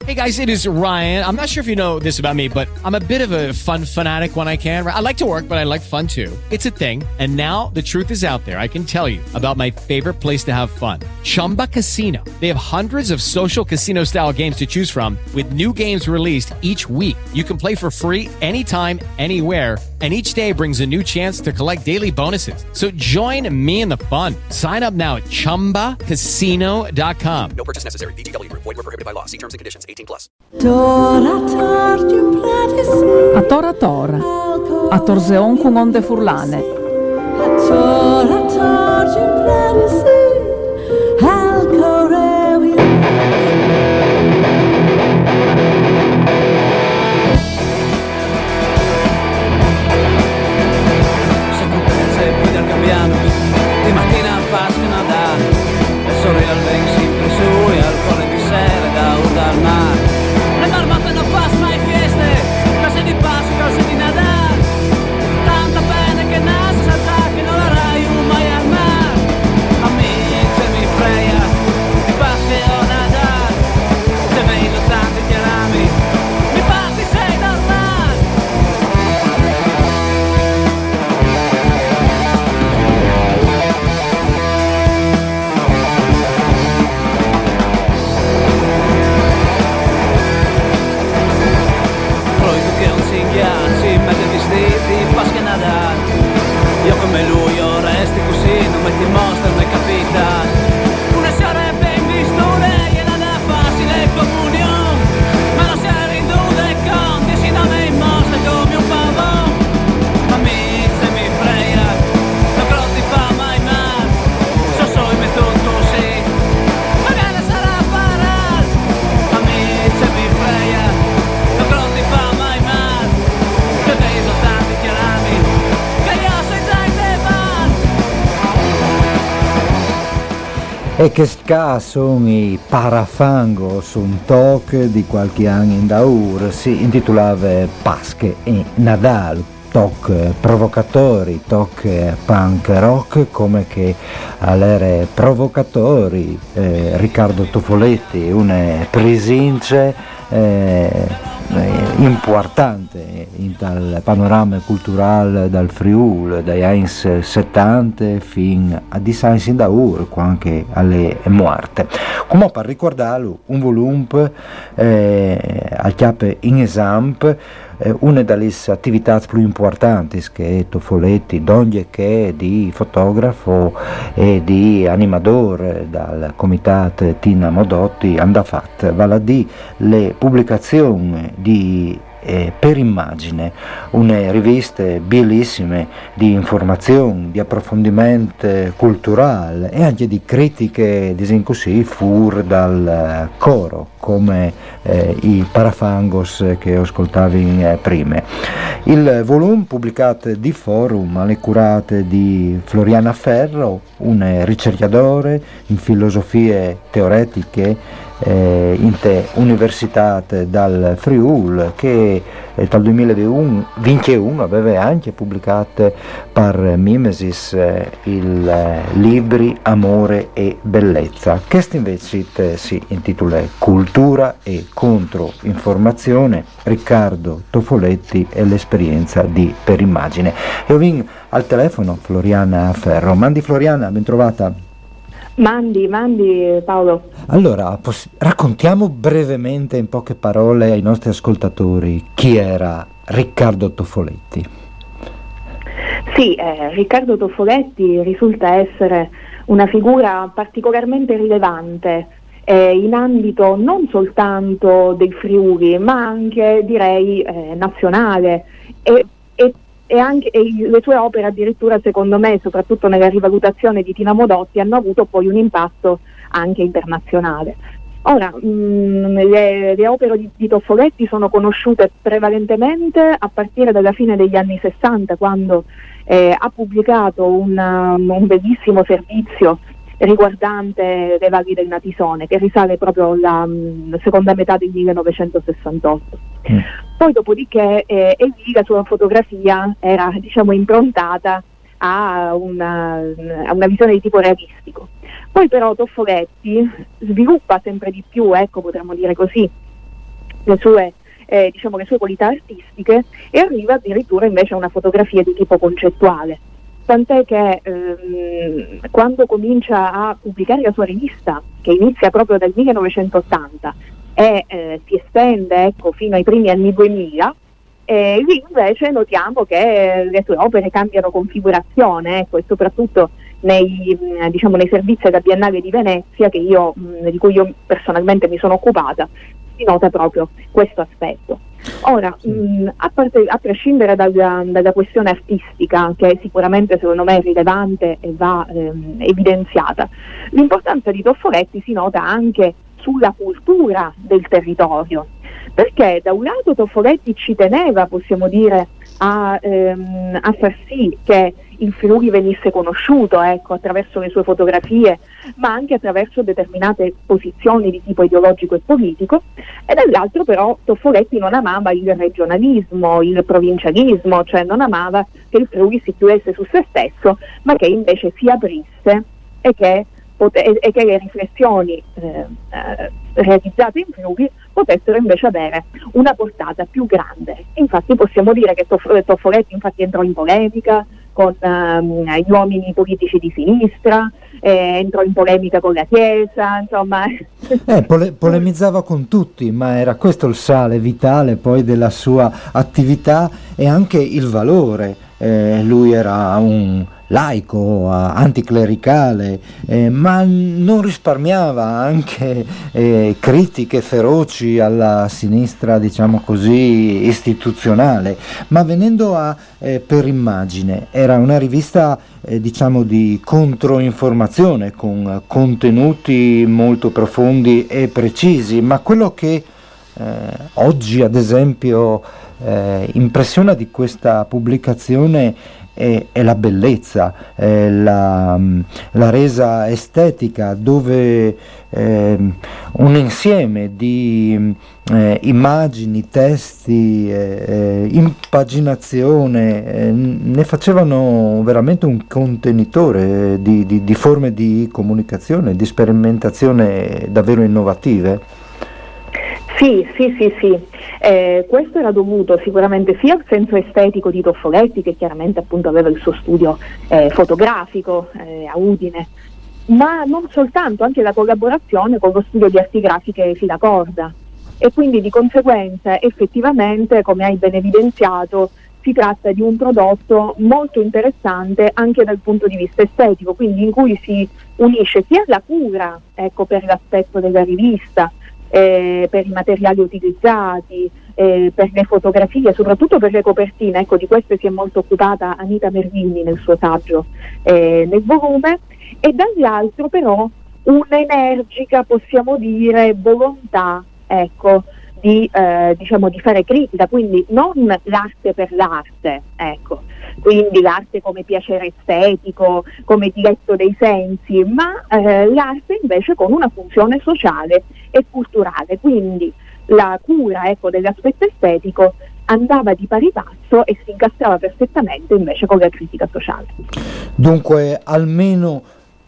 Hey guys, it is Ryan. I'm not sure if you know this about me, but I'm a bit of a fun fanatic when I can. I like to work, but I like fun too. It's a thing. And now the truth is out there. I can tell you about my favorite place to have fun. Chumba Casino. They have hundreds of social casino style games to choose from with new games released each week. You can play for free anytime, anywhere. And each day brings a new chance to collect daily bonuses. So join me in the fun. Sign up now at ChumbaCasino.com. No purchase necessary. VGW Group. Void where prohibited by law. See terms and conditions. 18+. A Tora Tora, a Torseon con onde furlane. Di mattina fas que nadar, el sol y el vent sempre su i el cor di sera daut al mar. Le marmotte non fas mai fieste, cose di Pasqua, cose di Nadal. Tanta pena che nasce salta che non la rai mai al mar. A me se mi freia di Pasqua o Nadal. Se vedo tanti chiarami, mi parti sei normal. Si mette vestiti, Pasqua e Nadal. Io come lui, io resti così, non metti in mostra, non è capita. Una sera ben visto lei e non è facile comunione. Ma non si è rinduta e conti, si non è in mostra come un pavone. Ma mi se mi freia, non però ti fa mai male. So e metto così, magari sarà paral. Ma mi se mi freia, non però ti fa mai male. E che sono i Parafangos, un talk di qualche anno in daur, si intitolava Pasche e Nadal, talk provocatori, talk punk rock, come che all'ere provocatori Riccardo Tofoletti, una presenza importante dal panorama culturale dal Friuli dagli anni 70 fino a di Sainz in Daur, anche alle morte. Come per ricordarlo, un volume al chiappe in esame, una delle attività più importanti che Tofoletti, donde che di fotografo e di animatore dal comitato Tina Modotti hanno fatto, vale a dire le pubblicazioni di per immagine, una rivista bellissime di informazione, di approfondimento culturale e anche di critiche, diciamo così, fur dal coro, come i Parafangos che ascoltavi prima. Il volume pubblicato di Forum alle curate di Floriana Ferro, un ricercatore in filosofie teoretiche in Università dal Friuli, che dal 2021 aveva anche pubblicato per Mimesis il libri Amore e Bellezza. Questo invece si intitola Cultura e Controinformazione, Riccardo Tofoletti e l'esperienza di Per Immagine. E ho vinto al telefono Floriana Ferro. Mandi Floriana, ben trovata. Mandi Paolo. Allora, raccontiamo brevemente in poche parole ai nostri ascoltatori chi era Riccardo Tofoletti. Sì, Riccardo Tofoletti risulta essere una figura particolarmente rilevante in ambito non soltanto del Friuli, ma anche direi nazionale e anche le sue opere addirittura, secondo me, soprattutto nella rivalutazione di Tina Modotti, hanno avuto poi un impatto anche internazionale. Ora, le opere di Tofoletti sono conosciute prevalentemente a partire dalla fine degli anni 60, quando ha pubblicato un bellissimo servizio riguardante le valli del Natisone, che risale proprio alla seconda metà del 1968. Poi dopodiché e lì la sua fotografia era, diciamo, improntata a una visione di tipo realistico. Poi però Tofoletti sviluppa sempre di più, ecco, potremmo dire così, le sue qualità artistiche, e arriva addirittura invece a una fotografia di tipo concettuale. Tant'è che quando comincia a pubblicare la sua rivista, che inizia proprio dal 1980 e si estende fino ai primi anni 2000, lì invece notiamo che le sue opere cambiano configurazione, e soprattutto nei servizi da Biennale di Venezia, di cui io personalmente mi sono occupata, si nota proprio questo aspetto. Ora, a prescindere dalla questione artistica, che sicuramente secondo me è rilevante e va evidenziata, l'importanza di Toffoletti si nota anche sulla cultura del territorio, perché da un lato Toffoletti ci teneva, possiamo dire, a far sì che il Friuli venisse conosciuto attraverso le sue fotografie, ma anche attraverso determinate posizioni di tipo ideologico e politico, e dall'altro però Toffoletti non amava il regionalismo, il provincialismo, cioè non amava che il Friuli si chiudesse su se stesso, ma che invece si aprisse e che le riflessioni realizzate in Friuli potessero invece avere una portata più grande. Infatti possiamo dire che Toffoletti infatti entrò in polemica con gli uomini politici di sinistra, entrò in polemica con la Chiesa, insomma. Polemizzava con tutti, ma era questo il sale vitale poi della sua attività e anche il valore. Lui era un laico, anticlericale, ma non risparmiava anche critiche feroci alla sinistra, diciamo così, istituzionale. Ma venendo a Per Immagine, era una rivista diciamo di controinformazione con contenuti molto profondi e precisi, ma quello che oggi ad esempio impressiona di questa pubblicazione è la bellezza, la resa estetica, dove un insieme di immagini, testi, impaginazione ne facevano veramente un contenitore di forme di comunicazione, di sperimentazione davvero innovative. Sì. Questo era dovuto sicuramente sia al senso estetico di Toffoletti, che chiaramente appunto aveva il suo studio fotografico a Udine, ma non soltanto, anche la collaborazione con lo studio di arti grafiche Filacorda, e quindi di conseguenza effettivamente, come hai ben evidenziato, si tratta di un prodotto molto interessante anche dal punto di vista estetico, quindi in cui si unisce sia la cura per l'aspetto della rivista, per i materiali utilizzati, per le fotografie, soprattutto per le copertine. Di queste si è molto occupata Anita Merlini nel suo saggio nel volume, e dall'altro però un'energica, possiamo dire, volontà di fare critica, quindi non l'arte per l'arte, quindi l'arte come piacere estetico, come diletto dei sensi, ma l'arte invece con una funzione sociale e culturale, quindi la cura dell'aspetto estetico andava di pari passo e si incastrava perfettamente invece con la critica sociale. Dunque almeno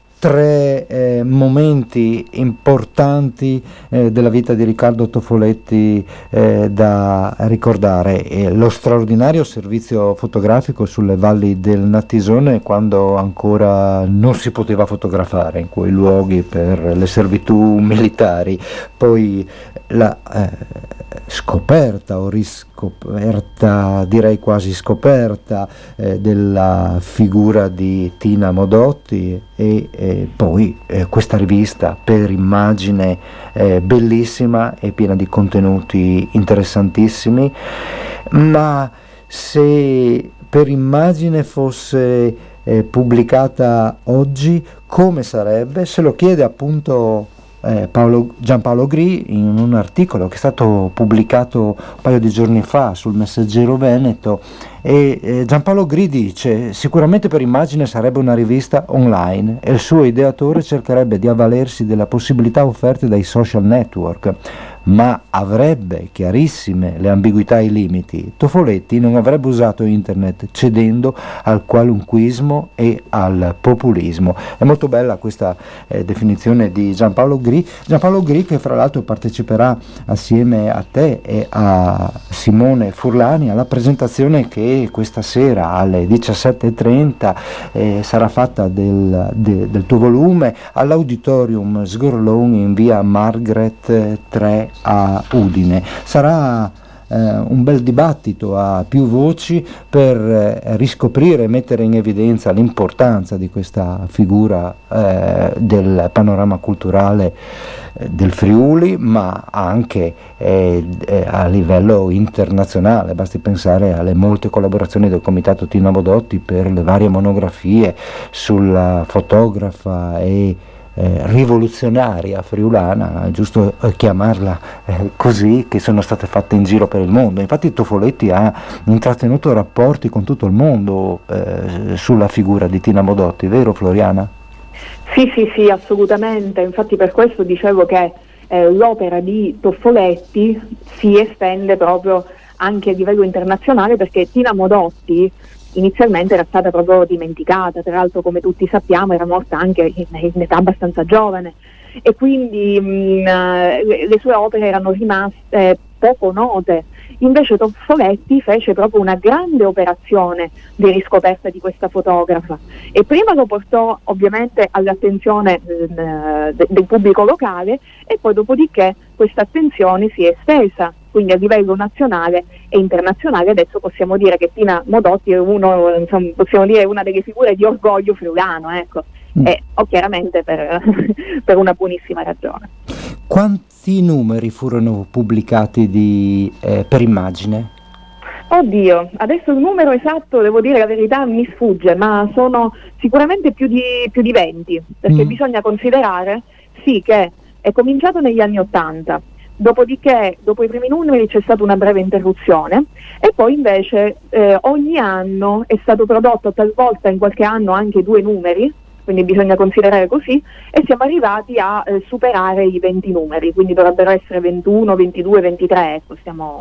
tre momenti importanti della vita di Riccardo Toffoletti da ricordare: lo straordinario servizio fotografico sulle valli del Natisone, quando ancora non si poteva fotografare in quei luoghi per le servitù militari, poi la scoperta o riscoperta, direi quasi scoperta, della figura di Tina Modotti, e poi questa rivista Per Immagine, bellissima e piena di contenuti interessantissimi. Ma se Per Immagine fosse pubblicata oggi, come sarebbe? Se lo chiede appunto Giampaolo Gri in un articolo che è stato pubblicato un paio di giorni fa sul Messaggero Veneto, e Giampaolo Gri dice: sicuramente Per Immagine sarebbe una rivista online e il suo ideatore cercherebbe di avvalersi delle possibilità offerte dai social network, ma avrebbe chiarissime le ambiguità e i limiti, Tofoletti non avrebbe usato internet cedendo al qualunquismo e al populismo. È molto bella questa definizione di Giampaolo Gri, che fra l'altro parteciperà assieme a te e a Simone Furlani alla presentazione che questa sera alle 17:30 sarà fatta del tuo volume all'Auditorium Sgorlone in via Margaret 3 a Udine. Sarà un bel dibattito a più voci per riscoprire e mettere in evidenza l'importanza di questa figura del panorama culturale del Friuli, ma anche a livello internazionale. Basti pensare alle molte collaborazioni del Comitato Tina Modotti per le varie monografie sulla fotografa e rivoluzionaria friulana, giusto chiamarla così, che sono state fatte in giro per il mondo. Infatti Tofoletti ha intrattenuto rapporti con tutto il mondo sulla figura di Tina Modotti, vero Floriana? Sì, assolutamente. Infatti per questo dicevo che l'opera di Toffoletti si estende proprio anche a livello internazionale, perché Tina Modotti inizialmente era stata proprio dimenticata, tra l'altro come tutti sappiamo era morta anche in età abbastanza giovane, e quindi le sue opere erano rimaste poco note. Invece Toffoletti fece proprio una grande operazione di riscoperta di questa fotografa, e prima lo portò ovviamente all'attenzione del pubblico locale, e poi dopodiché questa attenzione si è estesa, quindi a livello nazionale e internazionale. Adesso possiamo dire che Tina Modotti è possiamo dire una delle figure di orgoglio friulano, ecco. E chiaramente per una buonissima ragione. Quanti numeri furono pubblicati per immagine? Oddio, adesso il numero esatto, devo dire la verità, mi sfugge, ma sono sicuramente più di 20, perché bisogna considerare che è cominciato negli anni '80. Dopodiché, dopo i primi numeri c'è stata una breve interruzione, e poi invece ogni anno è stato prodotto, talvolta in qualche anno anche 2 numeri, quindi bisogna considerare così, e siamo arrivati a superare i 20 numeri, quindi dovrebbero essere 21, 22, 23, ecco,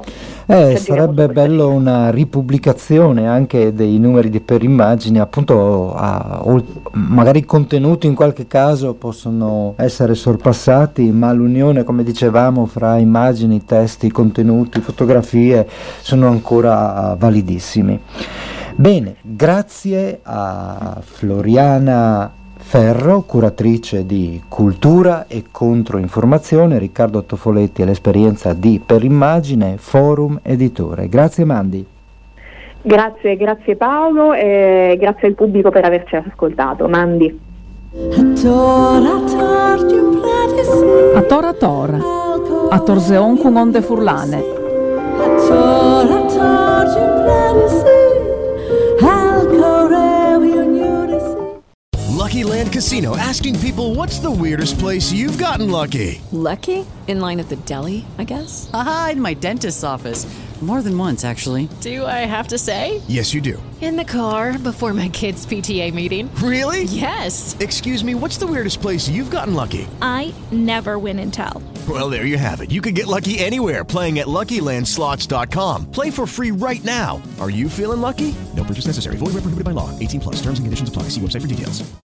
sarebbe bello una ripubblicazione anche dei numeri per immagini, appunto magari i contenuti in qualche caso possono essere sorpassati, ma l'unione, come dicevamo, fra immagini, testi, contenuti, fotografie sono ancora validissimi. Bene, grazie a Floriana Ferro, curatrice di cultura e controinformazione, Riccardo Tofoletti e l'esperienza di Per Immagine, Forum Editore. Grazie Mandi. Grazie Paolo, e grazie al pubblico per averci ascoltato. Mandi. A tora tora, a torzeon con onde furlane. Lucky Land Casino, asking people, what's the weirdest place you've gotten lucky? Lucky? In line at the deli, I guess? Aha, in my dentist's office. More than once, actually. Do I have to say? Yes, you do. In the car before my kids' PTA meeting. Really? Yes. Excuse me, what's the weirdest place you've gotten lucky? I never win and tell. Well, there you have it. You can get lucky anywhere, playing at LuckyLandSlots.com. Play for free right now. Are you feeling lucky? No purchase necessary. Void where prohibited by law. 18+. Terms and conditions apply. See website for details.